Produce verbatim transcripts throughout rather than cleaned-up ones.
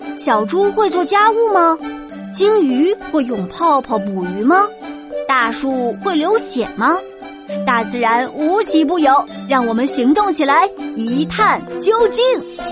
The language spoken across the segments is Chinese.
小猪会做家务吗？鲸鱼会用泡泡捕鱼吗？大树会流血吗？大自然无奇不有，让我们行动起来，一探究竟。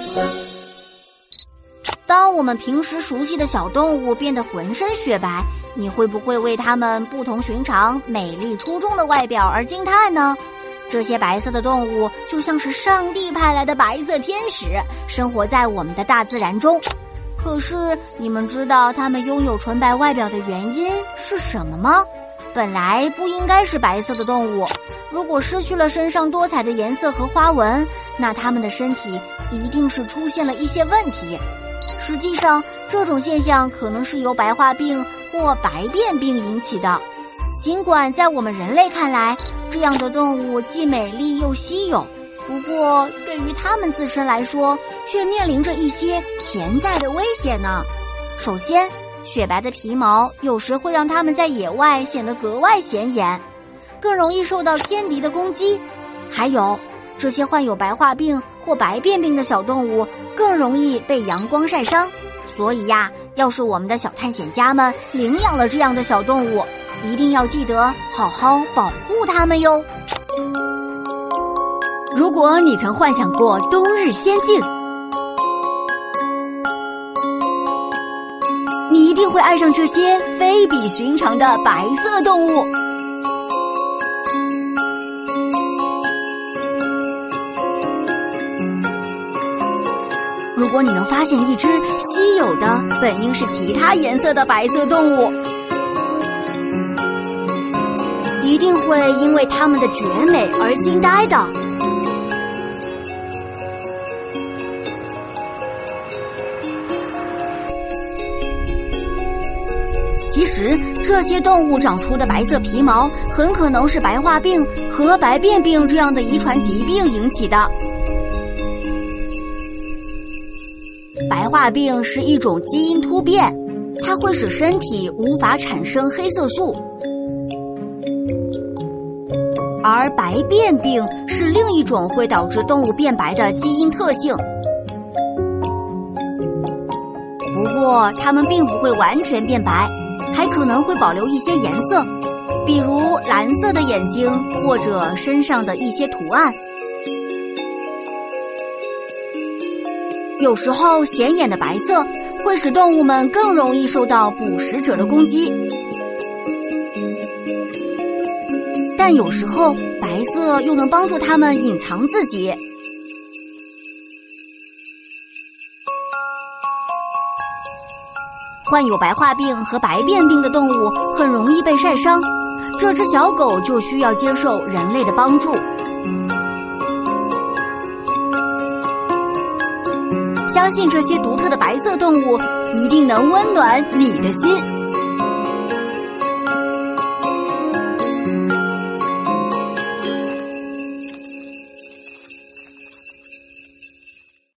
当我们平时熟悉的小动物变得浑身雪白，你会不会为它们不同寻常、美丽出众的外表而惊叹呢？这些白色的动物就像是上帝派来的白色天使，生活在我们的大自然中。可是，你们知道它们拥有纯白外表的原因是什么吗？本来不应该是白色的动物，如果失去了身上多彩的颜色和花纹，那它们的身体一定是出现了一些问题。实际上，这种现象可能是由白化病或白变病引起的。尽管在我们人类看来，这样的动物既美丽又稀有，不过对于它们自身来说，却面临着一些潜在的危险呢。首先，雪白的皮毛有时会让它们在野外显得格外显眼，更容易受到天敌的攻击。还有，这些患有白化病或白变病的小动物更容易被阳光晒伤。所以呀，要是我们的小探险家们领养了这样的小动物，一定要记得好好保护它们哟。如果你曾幻想过冬日仙境，你一定会爱上这些非比寻常的白色动物。如果你能发现一只稀有的本应是其他颜色的白色动物，一定会因为它们的绝美而惊呆的。其实，这些动物长出的白色皮毛很可能是白化病和白变病这样的遗传疾病引起的。白化病是一种基因突变，它会使身体无法产生黑色素。而白变病是另一种会导致动物变白的基因特性。不过，它们并不会完全变白，还可能会保留一些颜色，比如蓝色的眼睛或者身上的一些图案。有时候显眼的白色会使动物们更容易受到捕食者的攻击，但有时候白色又能帮助它们隐藏自己。患有白化病和白变病的动物很容易被晒伤，这只小狗就需要接受人类的帮助。相信这些独特的白色动物一定能温暖你的心。